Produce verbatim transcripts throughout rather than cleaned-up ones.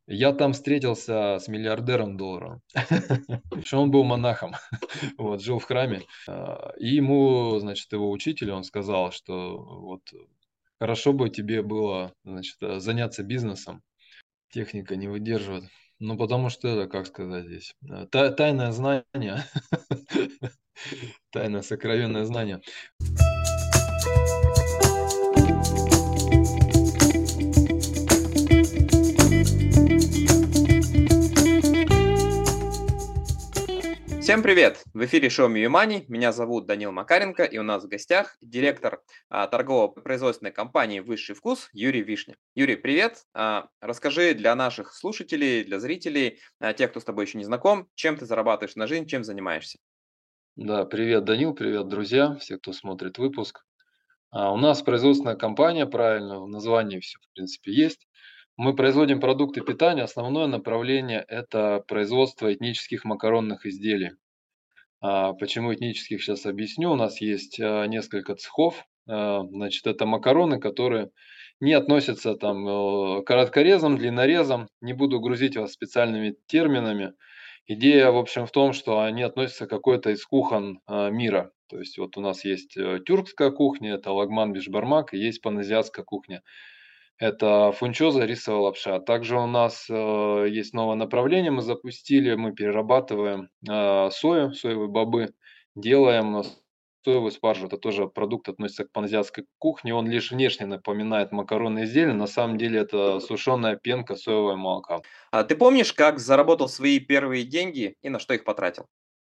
Я там встретился с миллиардером долларовым. Что он был монахом, вот, жил в храме. А, и ему, значит, его учитель, он сказал, что вот хорошо бы тебе было, значит, э, заняться бизнесом. Техника не выдерживает. Ну, потому что это, как сказать здесь, э, та тайное знание, тайное сокровенное знание. Всем привет! В эфире шоу Миви Мани. Меня зовут Данил Макаренко, и у нас в гостях директор а, торгово-производственной компании «Высший вкус» Юрий Вишня. Юрий, привет! А, расскажи для наших слушателей, для зрителей, а, тех, кто с тобой еще не знаком, чем ты зарабатываешь на жизнь, чем занимаешься. Да, привет, Данил, привет, друзья, все, кто смотрит выпуск. А, у нас производственная компания, правильно, в названии все, в принципе, есть. Мы производим продукты питания. Основное направление – это производство этнических макаронных изделий. А, почему этнических, сейчас объясню. У нас есть а, несколько цехов. А, значит, это макароны, которые не относятся там э, к короткорезам, длиннорезам. Не буду грузить вас специальными терминами. Идея, в общем, в том, что они относятся к какой-то из кухон а, мира. То есть вот у нас есть э, тюркская кухня, это лагман бишбармак, и есть паназиатская кухня. Это фунчоза, рисовая лапша. Также у нас э, есть новое направление, мы запустили, мы перерабатываем э, сою, соевые бобы, делаем э, соевую спаржу. Это тоже продукт, относится к паназиатской кухне. Он лишь внешне напоминает макаронные изделия, на самом деле это сушеная пенка соевого молока. А ты помнишь, как заработал свои первые деньги и на что их потратил?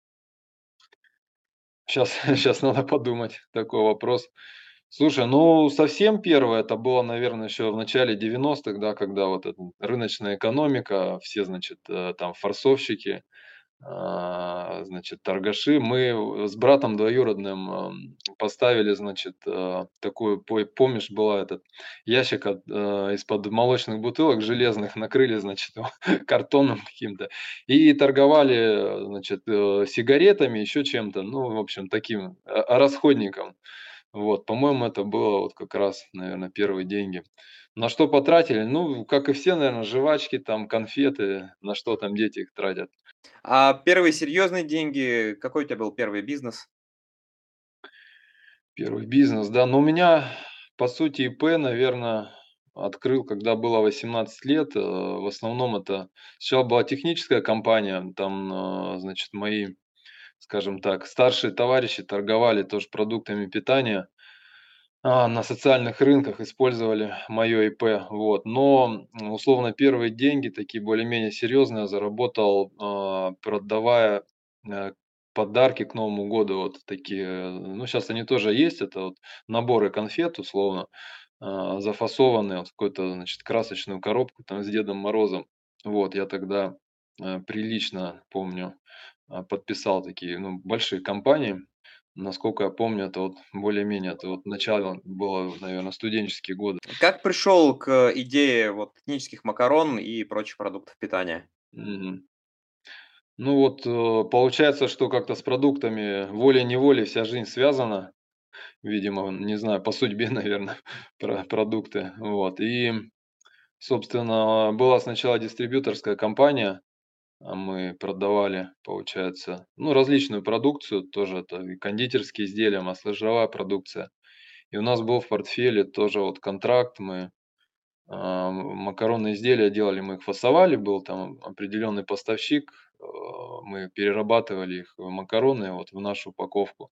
Сейчас, сейчас надо подумать, такой вопрос. Слушай, ну совсем первое, это было, наверное, еще в начале девяностых, да, когда вот эта рыночная экономика, все, значит, э, там форсовщики, а, значит, торгаши. Мы с братом двоюродным ам, поставили, значит, э, такую, пой- помнишь, была этот ящик от, э, из-под молочных бутылок железных, накрыли, значит, его картоном каким-то и торговали, э, значит, э, сигаретами, еще чем-то, ну, в общем, таким э, расходником. Вот, по-моему, это было вот как раз, наверное, первые деньги. На что потратили? Ну, как и все, наверное, жвачки, там, конфеты, на что там дети их тратят. А первые серьезные деньги, какой у тебя был первый бизнес? Первый бизнес, да. Но у меня, по сути, ИП, наверное, открыл, когда было восемнадцать лет. Э, В основном это сначала была техническая компания, там, э, значит, мои, скажем так, старшие товарищи торговали тоже продуктами питания. А, на социальных рынках использовали мое ИП, вот. Но, м, условно, первые деньги, такие более-менее серьезные, я заработал, а, продавая, э, подарки к Новому году. Вот такие, э, ну, сейчас они тоже есть, это вот наборы конфет, условно, а, зафасованные вот в какую-то, значит, красочную коробку там с Дедом Морозом. Вот, я тогда, э, прилично, помню, а, подписал такие, ну, большие компании. Насколько я помню, это вот более-менее, это вот начало было, наверное, студенческие годы. Как пришел к идее вот этнических макарон и прочих продуктов питания? Мгм. Ну вот, э, получается, что как-то с продуктами волей-неволей вся жизнь связана. Видимо, не знаю, по судьбе, наверное, про продукты. Вот. И, собственно, была сначала дистрибьюторская компания, а мы продавали, получается, ну, различную продукцию, тоже это и кондитерские изделия, масложировая продукция. И у нас был в портфеле тоже вот контракт, мы А, макаронные изделия делали, мы их фасовали, был там определенный поставщик, э, мы перерабатывали их в макароны, вот в нашу упаковку,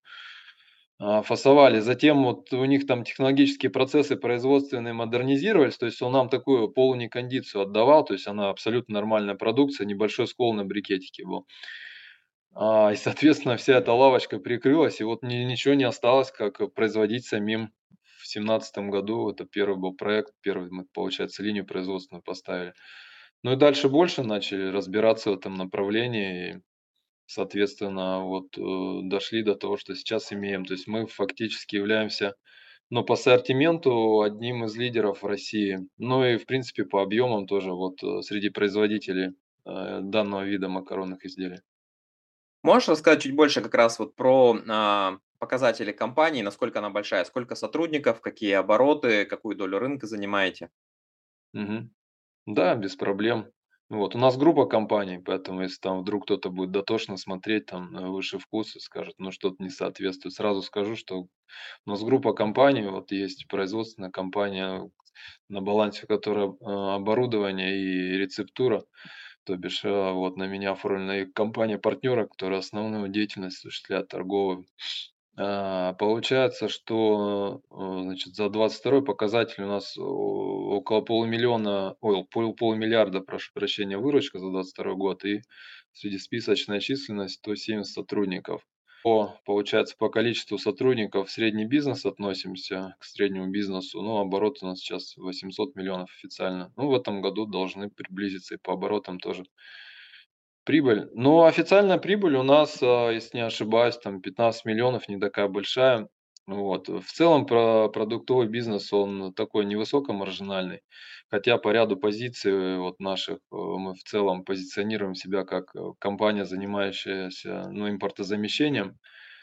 а, фасовали. Затем вот у них там технологические процессы производственные модернизировались, то есть он нам такую полунекондицию отдавал, то есть она абсолютно нормальная продукция, небольшой скол на брикетике был. А, и, соответственно, вся эта лавочка прикрылась, и вот ни ничего не осталось, как производить самим. В семнадцатом году это первый был проект, первый мы, получается, линию производственную поставили. Ну и дальше больше начали разбираться в этом направлении, и, соответственно, вот, э, дошли до того, что сейчас имеем. То есть мы фактически являемся, ну, по ассортименту одним из лидеров в России, ну и, в принципе, по объемам тоже вот, э, среди производителей, э, данного вида макаронных изделий. Можешь рассказать чуть больше как раз вот про а, показатели компании, насколько она большая, сколько сотрудников, какие обороты, какую долю рынка занимаете? Мгм. Да, без проблем. Вот, у нас группа компаний, поэтому если там вдруг кто-то будет дотошно смотреть там на высший вкус и скажет, ну что-то не соответствует, сразу скажу, что у нас группа компаний, вот есть производственная компания, на балансе которой э, оборудование и рецептура, то бишь э, вот на меня оформлена и компания партнера, которая основную деятельность осуществляет торговую. А, получается, что, э, значит, за двадцать второй показатель у нас о около полумиллиона, ой, пол полумиллиарда, прошу прощения, выручка за двадцать второй год и среднесписочная численность сто семьдесят сотрудников. По Получается, по количеству сотрудников в средний бизнес относимся, к среднему бизнесу, ну, оборот у нас сейчас восемьсот миллионов официально. Ну, в этом году должны приблизиться и по оборотам тоже. Прибыль. Ну, официальная прибыль у нас, а, если не ошибаюсь, там пятнадцать миллионов, не такая большая. Вот. В целом про продуктовый бизнес, он такой невысокомаржинальный, хотя по ряду позиций вот наших, э, мы в целом позиционируем себя как, э, компания, занимающаяся, ну, импортозамещением.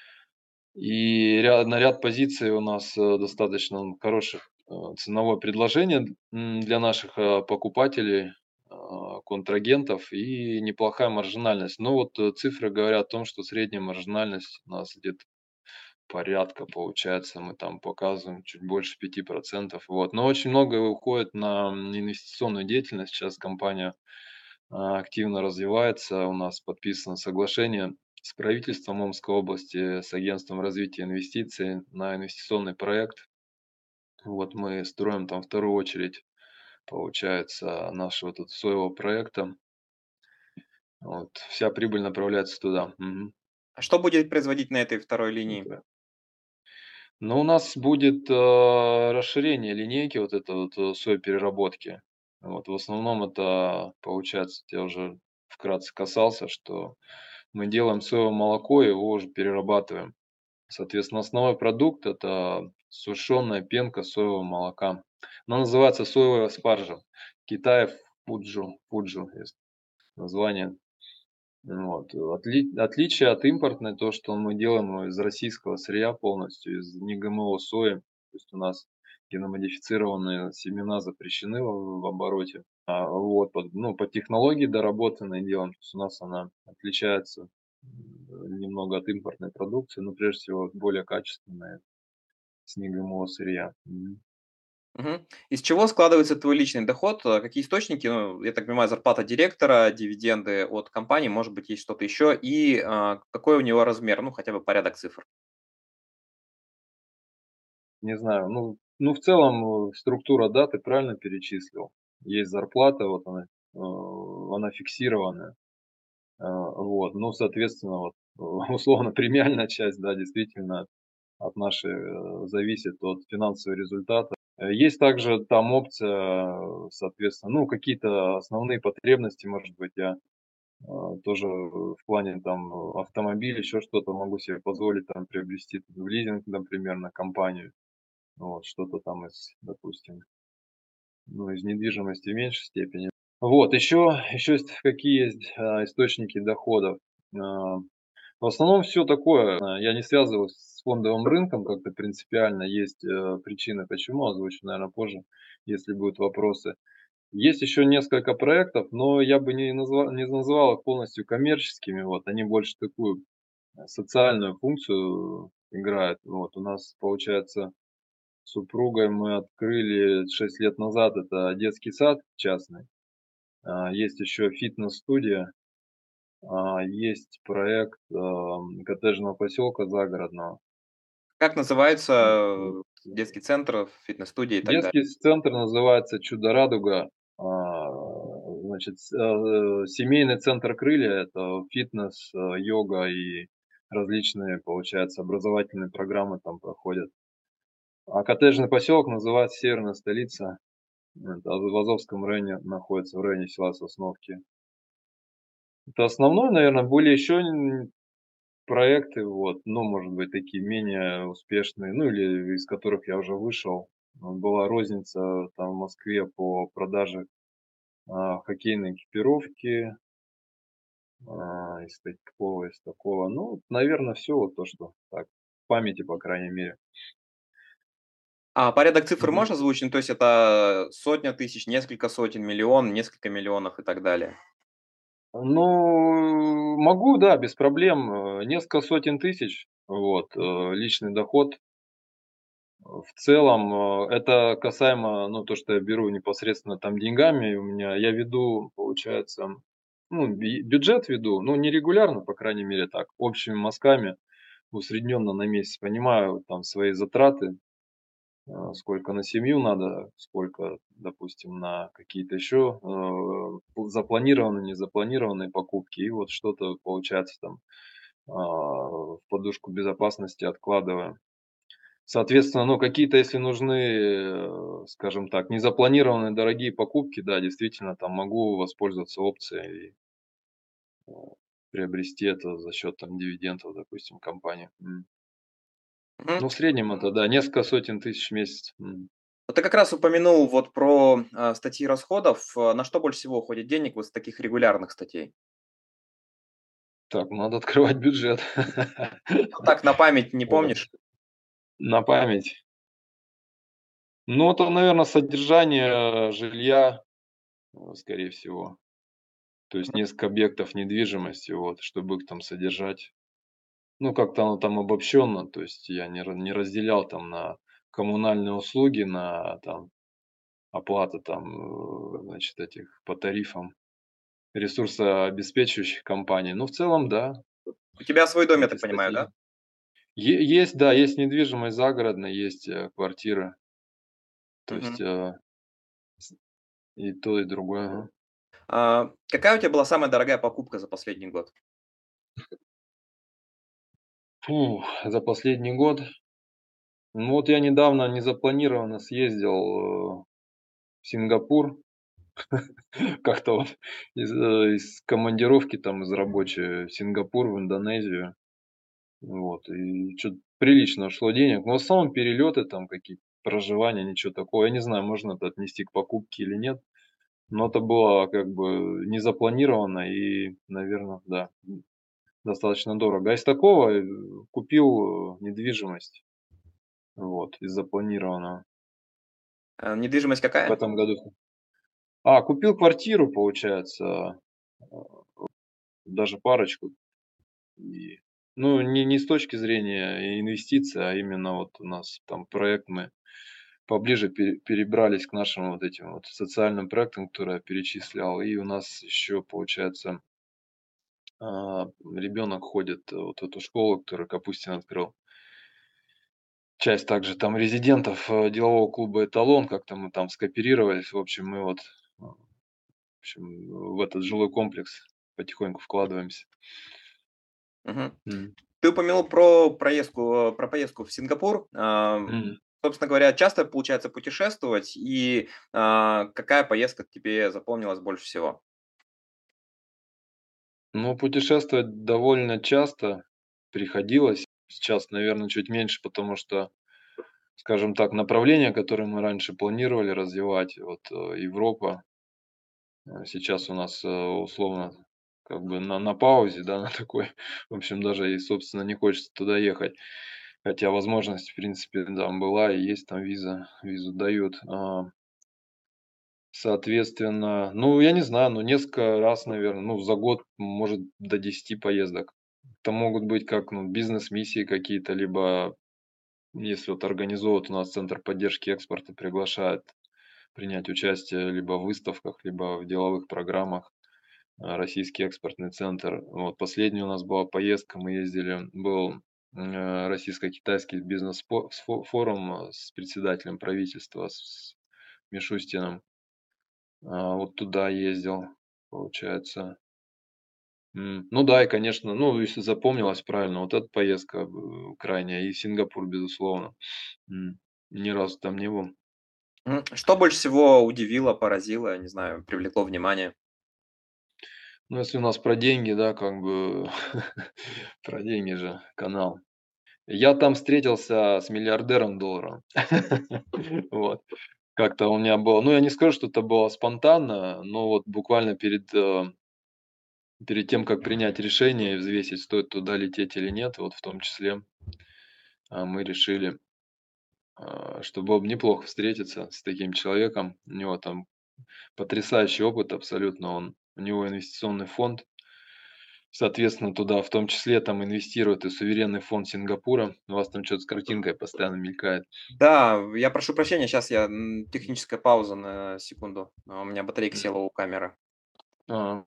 И ря на ряд позиций у нас, э, достаточно хороших, э, ценовое предложение, м, для наших, э, покупателей, а, контрагентов и неплохая маржинальность. Но вот, э, цифры говорят о том, что средняя маржинальность у нас где-то порядка, получается, мы там показываем чуть больше пяти процентов. Вот. Но очень многое уходит на, м, инвестиционную деятельность. Сейчас компания, а, активно развивается. У нас подписано соглашение с правительством Омской области, с Агентством развития инвестиций на инвестиционный проект. Вот мы строим там вторую очередь, получается, нашего тут соевого проекта. Вот. Вся прибыль направляется туда. Мгм. А что будет производить на этой второй линии? Да. Но у нас будет, э, расширение линейки вот это вот, э, соепереработки. Вот. В основном это, получается, я уже вкратце касался, что мы делаем соевое молоко, его уже перерабатываем. Соответственно, основной продукт — это сушеная пенка соевого молока. Она называется соевая спаржа. В Китае фуджу, фуджу есть название. Вот. Отли Отличие от импортной, то, что мы делаем его из российского сырья полностью, из не ГМО сои. То есть у нас генномодифицированные семена запрещены в в обороте. А, вот, под, ну, по технологии доработанной делаем. То есть у нас она отличается м, немного от импортной продукции, но прежде всего более качественная, с не ГМО сырья. Мгм. Мгм. Из чего складывается твой личный доход? Э, Какие источники? Ну, я так понимаю, зарплата директора, дивиденды от компании, может быть, есть что-то еще. И а, какой у него размер? Ну, хотя бы порядок цифр. Не знаю, ну, ну в целом э, структура, да, ты правильно перечислил. Есть зарплата, вот она, э, она фиксированная. А, вот, ну, соответственно, вот, условно премиальная часть, да, действительно от нашей, э, зависит от финансового результата. Э, Есть также там опция, э, соответственно, ну, какие-то основные потребности, может быть, я э, тоже в плане там э, автомобиля, еще что-то могу себе позволить там приобрести в лизинг, например, на компанию. Вот, что-то там из, допустим, ну, из недвижимости в меньшей степени. Вот, еще, еще есть какие есть а, источники доходов. А, В основном все такое. а, Я не связываюсь с фондовым рынком как-то принципиально. Есть э, причины, почему, озвучу, наверное, позже, если будут вопросы. Есть еще несколько проектов, но я бы не назвал, не называл их полностью коммерческими. Вот, они больше такую э, социальную функцию играют. Вот, у нас, получается, с супругой мы открыли шесть лет назад, это детский сад частный. А, Есть еще фитнес-студия, а, есть проект ам, коттеджного поселка загородного. Как называется Вот. э, детский центр, фитнес-студия и так далее? Детский центр называется «Чудо-радуга». А, Значит, с- э, семейный центр «Крылья» — это фитнес, э, йога и различные, получается, образовательные программы там проходят. А коттеджный поселок называется «Северная столица». Это в Азовском районе находится, в районе села Сосновки. Это основное, наверное, были еще н проекты, вот, ну, может быть, такие менее успешные, ну, или из которых я уже вышел. Ну, была розница там в Москве по продаже, а, хоккейной экипировки, а, из такого, из такого. Ну, наверное, все вот то, что так, в памяти, по крайней мере. А порядок цифр Мгм. можешь озвучить? Ну, то есть это сотня тысяч, несколько сотен, миллион, несколько миллионов и так далее? Ну, могу, да, без проблем. Э, несколько сотен тысяч, вот, э, личный доход. Э, в целом, э, это касаемо, ну, то, что я беру непосредственно там деньгами. У меня я веду, получается, ну, би бюджет веду, ну, не регулярно, по крайней мере, так, общими мазками, усредненно на месяц понимаю там свои затраты, э, сколько на семью надо, сколько, допустим, на какие-то еще, э, запланированные, незапланированные покупки. И вот что-то получается там, а, в подушку безопасности откладываю. Соответственно, ну, какие-то, если нужны, э, скажем так, незапланированные дорогие покупки, да, действительно, там могу воспользоваться опцией и, э, приобрести это за счет там дивидендов, допустим, компании. М. Мгм. Ну, в среднем это, да, несколько сотен тысяч в месяц. М. Вот ты как раз упомянул вот про, а, статьи расходов. А, на что больше всего уходит денег вот с таких регулярных статей? Так, надо открывать бюджет. Ну так, на память не Вот. помнишь? На память. Ну, это, наверно, содержание жилья, э, скорее всего. То есть Мгм. несколько объектов недвижимости, вот, чтобы их там содержать. Ну, как-то оно там обобщенно, то есть я не ра не разделял там на коммунальные услуги, на там оплата там, э, значит, этих по тарифам ресурсообеспечивающих компаний. Ну, в целом, да, У тебя свой дом, я эти так понимаю, статьи. да? Е есть, да, есть недвижимость загородная, есть, э, квартиры. То Мгм. есть, э, с и то, и другое. Ага. А, какая у тебя была самая дорогая покупка за последний год? Фух, за последний год. Ну, вот я недавно незапланированно съездил, э, в Сингапур. Как-то вот из, э, из командировки там, из рабочей в Сингапур, в Индонезию. Вот, и чё-то прилично ушло денег. Но в основном перелеты там какие-то, проживание, ничего такого. Я не знаю, можно это отнести к покупке или нет. Но это было как бы незапланировано и, наверно, да, м, достаточно дорого. А из такого, э, купил, э, недвижимость, вот, из запланированного Э, недвижимость в какая? этом году. А, купил квартиру, получается, а, даже парочку. И, ну, не не с точки зрения инвестиций, а именно вот у нас там проект, мы поближе пере перебрались к нашим вот этим вот социальным проектам, которые я перечислял. И у нас еще, получается, а, ребенок ходит вот в эту школу, которую Капустин открыл. Часть также там резидентов, э, делового клуба "Эталон", как-то мы там скооперировались. В общем, мы вот, а, в общем, в этот жилой комплекс потихоньку вкладываемся. Мгм. М. Ты упомянул про проездку, э, про поездку в Сингапур. Ам, Мгм. собственно говоря, часто получается путешествовать? И, а, какая поездка тебе запомнилась больше всего? Ну, путешествовать довольно часто приходилось. Сейчас, наверно, чуть меньше, потому что, скажем так, направления, которые мы раньше планировали развивать, вот, э, Европа, э, сейчас у нас, э, условно, как бы на на паузе, да, на такой. В общем, даже и, собственно, не хочется туда ехать. Хотя возможность, в принципе, там была и есть, там виза, визу дают. А Соответственно, ну, я не знаю, ну, несколько раз, наверно, ну, за год, может, до десяти поездок. Это могут быть как, ну, бизнес-миссии какие-то, либо если вот организовывают у нас центр поддержки экспорта, приглашают принять участие либо в выставках, либо в деловых программах, а, российский экспортный центр. Вот последняя у нас была поездка, мы ездили, был, м, российско-китайский бизнес-спо сфо форум, а, с председателем правительства, с Мишустиным. А, вот туда ездил, получается. М, ну да, и, конечно, ну, если запомнилось правильно, вот эта поездка, э, крайняя, и Сингапур, безусловно. М, ни разу там не был. Мгм. Что больше всего удивило, поразило, не знаю, привлекло внимание? Ну, если у нас про деньги, да, как бы про деньги же канал. Я там встретился с миллиардером долларовым. Вот. Как-то у меня было, ну, я не скажу, что это было спонтанно, но вот буквально перед, э перед тем, как принять решение и взвесить, стоит туда лететь или нет, вот в том числе, а, мы решили а, что было бы неплохо встретиться с таким человеком. У него там потрясающий опыт абсолютно. Он у него инвестиционный фонд. Соответственно, туда в том числе там инвестирует и суверенный фонд Сингапура. У вас там что то с картинкой постоянно мелькает. Да, я прошу прощения, сейчас я, м, техническая пауза на секунду. А, у меня батарейка села у камеры. А,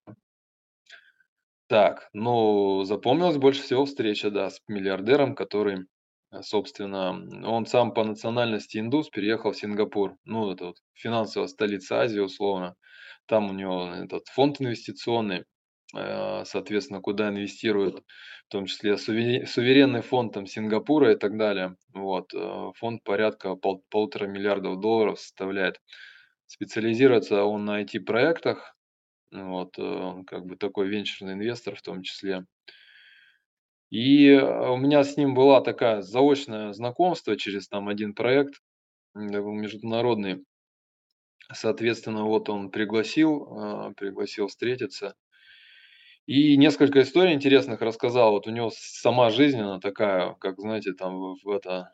так, ну, запомнилась больше всего встреча, да, с миллиардером, который, э, собственно, м, он сам по национальности индус, переехал в Сингапур. Ну, это вот финансовая столица Азии, условно. Там у него этот фонд инвестиционный, э, соответственно, куда инвестируют, в том числе сувере- суверенный фонд там Сингапура и так далее. Вот, э, фонд порядка пол- полутора миллиардов долларов составляет. Специализируется он на I T-проектах, вот, э, он как бы такой венчурный инвестор в том числе. И, э, у меня с ним была такая заочное знакомство через там один проект, м, да, международный. Соответственно, вот он пригласил, а, пригласил встретиться. И несколько историй интересных рассказал. Вот у него сама жизнь, она такая, как, знаете, там в в это,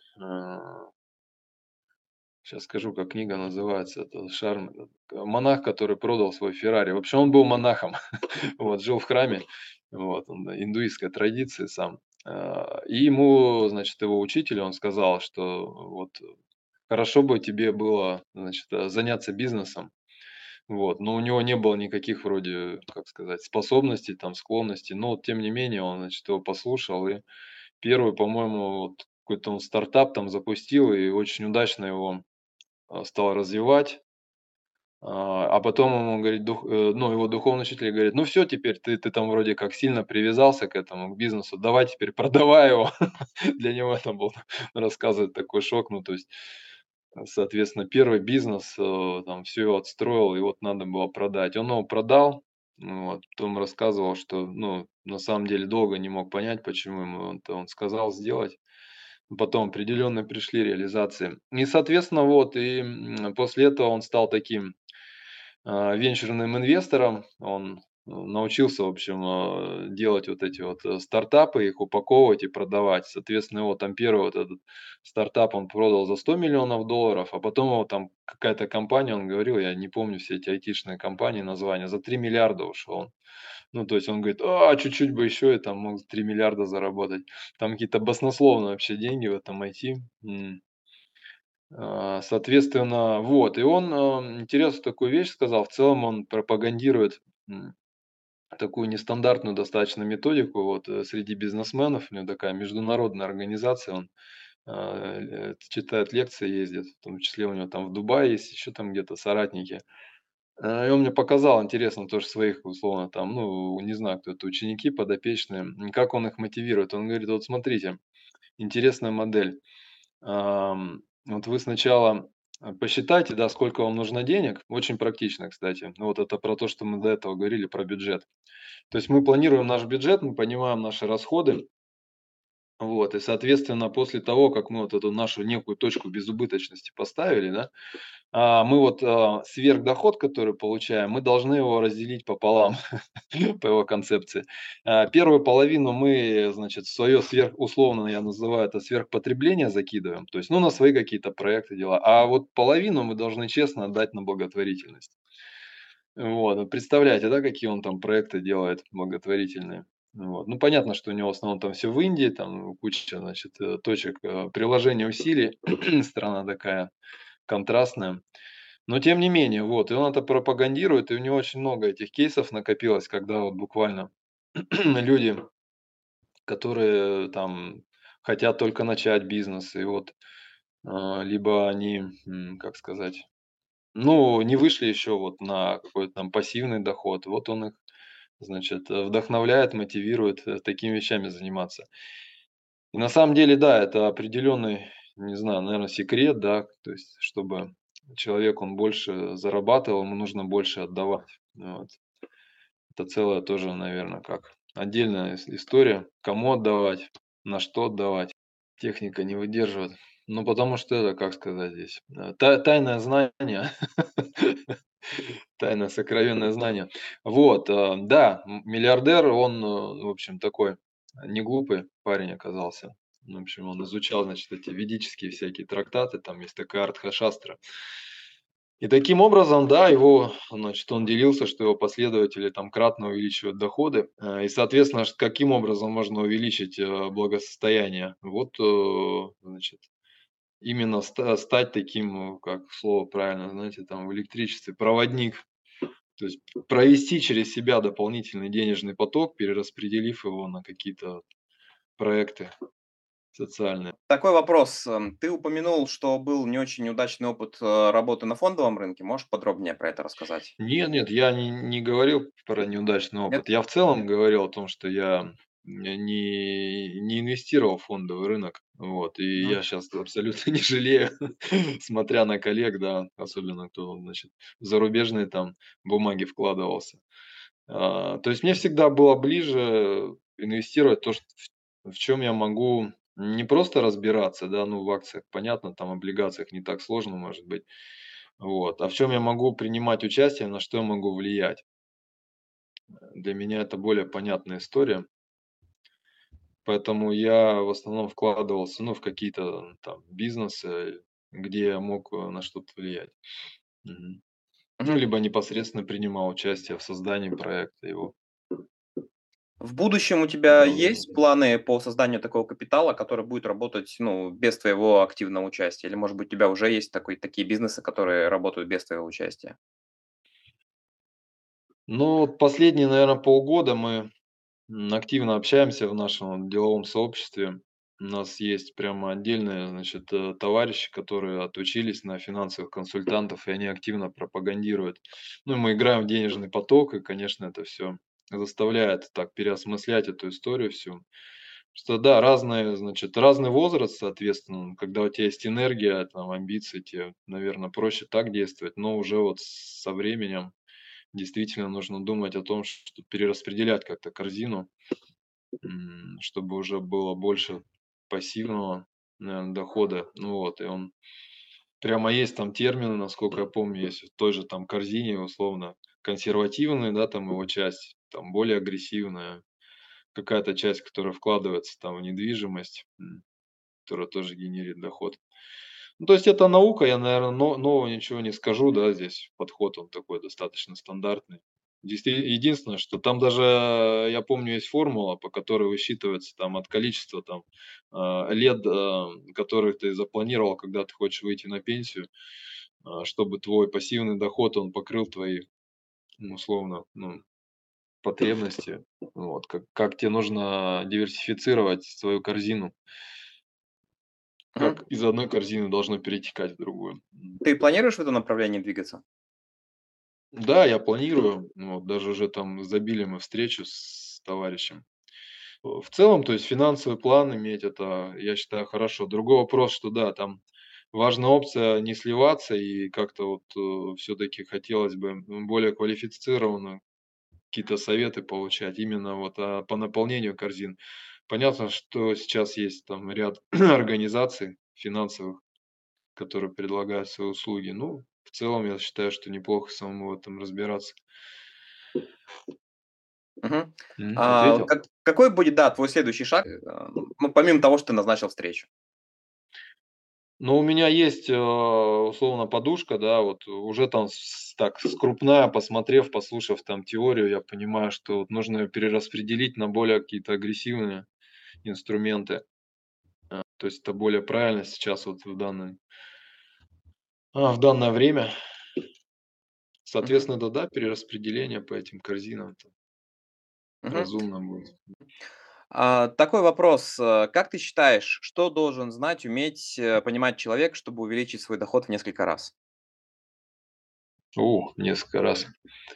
сейчас скажу, как книга называется, это "Шарм", этот, э, монах, который продал свой "Феррари". В общем, он был монахом, вот, жил в храме, вот, он, да, индуистской традиции сам. А, и ему, значит, его учитель, он сказал, что вот хорошо бы тебе было, значит, э, заняться бизнесом. Вот, но у него не было никаких вроде, как сказать, способностей, там, склонностей, но вот тем не менее он, значит, его послушал и первый, по-моему, вот какой-то он стартап там запустил и очень удачно его, а, стал развивать. А, а потом ему говорит, дух э, ну, его духовный учитель говорит: "Ну все, теперь ты ты там вроде как сильно привязался к этому, к бизнесу, давай теперь продавай его". Для него это был, рассказывает, такой шок. Ну, то есть, э, соответственно, первый бизнес, э, там всё отстроил, и вот надо было продать. Он его продал, ну вот, потом рассказывал, что, ну, на самом деле долго не мог понять, почему ему это он сказал сделать. Потом определенно пришли реализации. И, соответственно, вот, и, м, после этого он стал таким а, венчурным инвестором. Он, э, научился, в общем, а, делать вот эти вот, э, стартапы, их упаковывать и продавать. Соответственно, его там первый вот этот стартап он продал за сто миллионов долларов, а потом его там какая-то компания, он говорил, я не помню все эти айтишные компании названия, за три миллиарда ушел. Ну, то есть он говорит: "А, чуть-чуть бы еще и там мог три миллиарда заработать". Там какие-то баснословные вообще деньги в этом I T. М. А, соответственно, вот, и он, а, интересную такую вещь сказал. В целом он пропагандирует, м, такую нестандартную достаточно методику вот, э, среди бизнесменов. У него такая международная организация, он, а, э, читает лекции, ездит, в том числе у него там в Дубае есть, еще там где-то соратники. А, и он мне показал, интересно, тоже своих, условно, там, ну, не знаю, кто это, ученики, подопечные, м, как он их мотивирует. Он говорит: "Вот смотрите, интересная модель. Ам, вот вы сначала, а, посчитайте, да, сколько вам нужно денег. Очень практично, кстати. Ну, вот это про то, что мы до этого говорили, про бюджет. То есть мы планируем наш бюджет, мы понимаем наши расходы. Вот, и, соответственно, после того, как мы вот эту нашу некую точку безубыточности поставили, да, а, мы вот, а, сверхдоход, который получаем, мы должны его разделить пополам по его концепции. А, первую половину мы, значит, в свое сверх условно я называю это сверхпотребление закидываем, то есть, ну, на свои какие-то проекты, дела, а вот половину мы должны честно отдать на благотворительность. Вот, вот представляете, да, какие он там проекты делает благотворительные. Вот. Ну, понятно, что у него в основном там все в Индии, там куча, значит, э, точек, э, приложения усилий, страна такая контрастная. Но тем не менее, вот, и он это пропагандирует, и у него очень много этих кейсов накопилось, когда вот буквально люди, которые там хотят только начать бизнес, и вот, а, либо они, м, как сказать, ну, не вышли еще вот на какой-то там пассивный доход, вот он их, значит, э, вдохновляет, мотивирует, э, такими вещами заниматься. И на самом деле, да, это определенный, не знаю, наверное, секрет, да, то есть, чтобы человек, он больше зарабатывал, ему нужно больше отдавать. Вот. Это целая тоже, наверное, как отдельная ис- история, кому отдавать, на что отдавать. Техника не выдерживает. Ну, потому что это, как сказать здесь, э, та- тайное знание, тайное сокровенное знание. Вот, э, да, м- миллиардер, он, э, в общем, такой не глупый парень оказался. В общем, он изучал, значит, эти ведические всякие трактаты, там есть такая Артхашастра. И таким образом, да, его, значит, он делился, что его последователи там кратно увеличивают доходы. Э, И, соответственно, ш- каким образом можно увеличить э, благосостояние? Вот, э, значит, именно ста- стать таким, э, как слово правильно, знаете, там в электричестве, проводник. То есть провести через себя дополнительный денежный поток, перераспределив его на какие-то проекты социальные. Такой вопрос. эм, Ты упомянул, что был не очень удачный опыт э, работы на фондовом рынке. Можешь подробнее про это рассказать? Нет, нет, я не, не говорил про неудачный Нет? опыт. Я в целом говорил о том, что я не, не инвестировал в фондовый рынок. Вот, и Мгм. я сейчас абсолютно не жалею, смотря на коллег, да, особенно кто, значит, в зарубежные там бумаги вкладывался. А, то есть мне всегда было ближе инвестировать то, что, в, в чем я могу не просто разбираться, да, ну в акциях, понятно, там облигациях не так сложно может быть, вот, а в чем я могу принимать участие, на что я могу влиять. Для меня это более понятная история, поэтому я в основном вкладывался, ну, в какие-то там бизнесы, где я мог э, на что-то влиять. Мгм. Ну, Мгм. либо непосредственно принимал участие в создании проекта его. В будущем у Это тебя есть возможно. планы по созданию такого капитала, который будет работать, ну, без твоего активного участия? Или, может быть, у тебя уже есть такой, такие бизнесы, которые работают без твоего участия? Ну, вот последние, наверное, полгода мы М, активно общаемся в нашем деловом сообществе. У нас есть прямо отдельные, значит, э, товарищи, которые отучились на финансовых консультантов, и они активно пропагандируют. Ну, и мы играем в денежный поток, и, конечно, это все заставляет так переосмыслять эту историю всю. Что да, разные, значит, разный возраст, соответственно, когда у тебя есть энергия, там, амбиции, тебе, наверное, проще так действовать, но уже вот со временем действительно нужно думать о том, что перераспределять как-то корзину, м, чтобы уже было больше пассивного, наверно, дохода. Ну вот, и он прямо есть там термины, насколько я помню, есть в той же там корзине, условно, консервативная, да, там его часть, там более агрессивная, какая-то часть, которая вкладывается там в недвижимость, м, которая тоже генерит доход. Ну, то есть это наука, я, наверное, нового ничего не скажу, да, здесь подход он такой достаточно стандартный. Действи- Единственное, что там даже, э, я помню, есть формула, по которой высчитывается там от количества там а, лет, а, которых ты запланировал, когда ты хочешь выйти на пенсию, а, чтобы твой пассивный доход, он покрыл твои, ну, условно, ну, потребности. Вот, как, как тебе нужно диверсифицировать свою корзину, Мгм. как из одной корзины должно перетекать в другую. М. Ты планируешь в этом направлении двигаться? Да, я планирую, ну, вот даже уже там забили мы встречу с товарищем. Э, В целом, то есть финансовый план иметь, это, я считаю, хорошо. Другой вопрос, что да, там важна опция не сливаться и как-то вот все-таки хотелось бы м, более квалифицированно какие-то советы получать именно вот а, по наполнению корзин. Понятно, что сейчас есть там ряд организаций финансовых, которые предлагают свои услуги. Ну, в целом, я считаю, что неплохо самому в этом разбираться. Мгм. М, А, ответил? как- какой будет, да, твой следующий шаг, э, ну, помимо того, что ты назначил встречу? Ну, у меня есть, э, условно, подушка, да, вот уже там с так скрупная, посмотрев, послушав там теорию, я понимаю, что вот нужно её перераспределить на более какие-то агрессивные инструменты. То есть это более правильно сейчас вот в данный а, в данное время. Мгм. Соответственно, да, да, перераспределение по этим корзинам там Мгм. разумно будет. А, такой вопрос. э, Как ты считаешь, что должен знать, уметь, э, понимать человек, чтобы увеличить свой доход в несколько раз? О, несколько раз.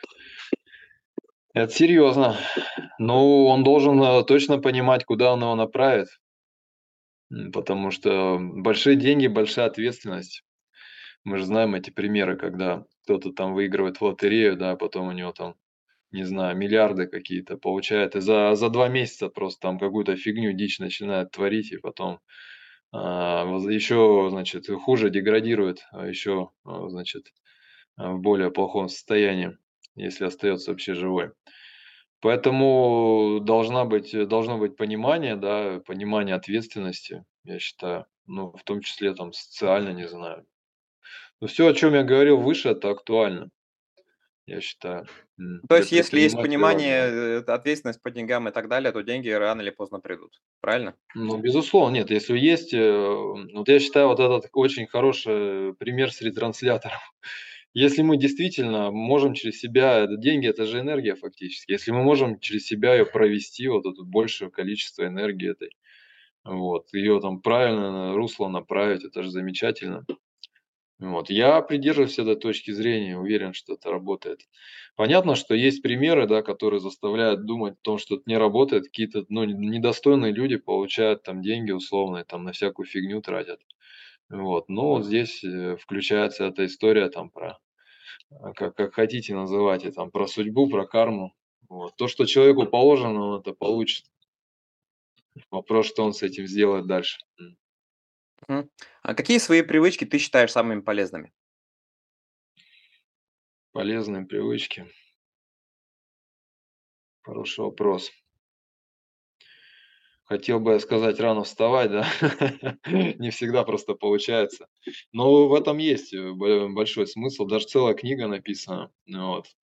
Это серьезно. Ну, он должен, э, точно понимать, куда он его направит, м, потому что большие деньги, большая ответственность. Мы же знаем эти примеры, когда кто-то там выигрывает в лотерею, да, потом у него там, не знаю, миллиарды какие-то получает, и за, за два месяца просто там какую-то фигню, дичь начинает творить, и потом а, еще, значит, хуже деградирует, а еще, а, значит, а, в более плохом состоянии, если остается вообще живой. Поэтому должна быть э, должно быть понимание, да, понимание ответственности, я считаю. Ну, в том числе там социально, не знаю. Но всё, о чём я говорил выше, это актуально, я считаю, м, То для есть, если есть предпринимателя понимание, важно. э, ответственность по деньгам и так далее, то деньги рано или поздно придут. Правильно? Ну, безусловно, нет, если есть, э, вот я считаю, вот этот очень хороший пример с ретранслятором. Если мы действительно можем через себя это деньги- это же энергия фактически. Если мы можем через себя её провести, вот это большее количество энергии этой, вот, её там правильно русло направить- это же замечательно. Вот, я придерживаюсь этой точки зрения, уверен, что это работает. Понятно, что есть примеры, да, которые заставляют думать о том, что это не работает. Какие-то, ну, н недостойные люди получают там деньги условные, там на всякую фигню тратят. Вот, но вот здесь, э, включается эта история там про, а, как как хотите называйте, там про судьбу, про карму. Вот. То, что человеку положено, он это получит. Вопрос, что он с этим сделает дальше. М. Мгм. А какие свои привычки ты считаешь самыми полезными? Полезные привычки. Хороший вопрос. Хотел бы я сказать рано вставать, да, не всегда просто получается. Но в этом есть, э, бо большой смысл, даже целая книга написана. Вот.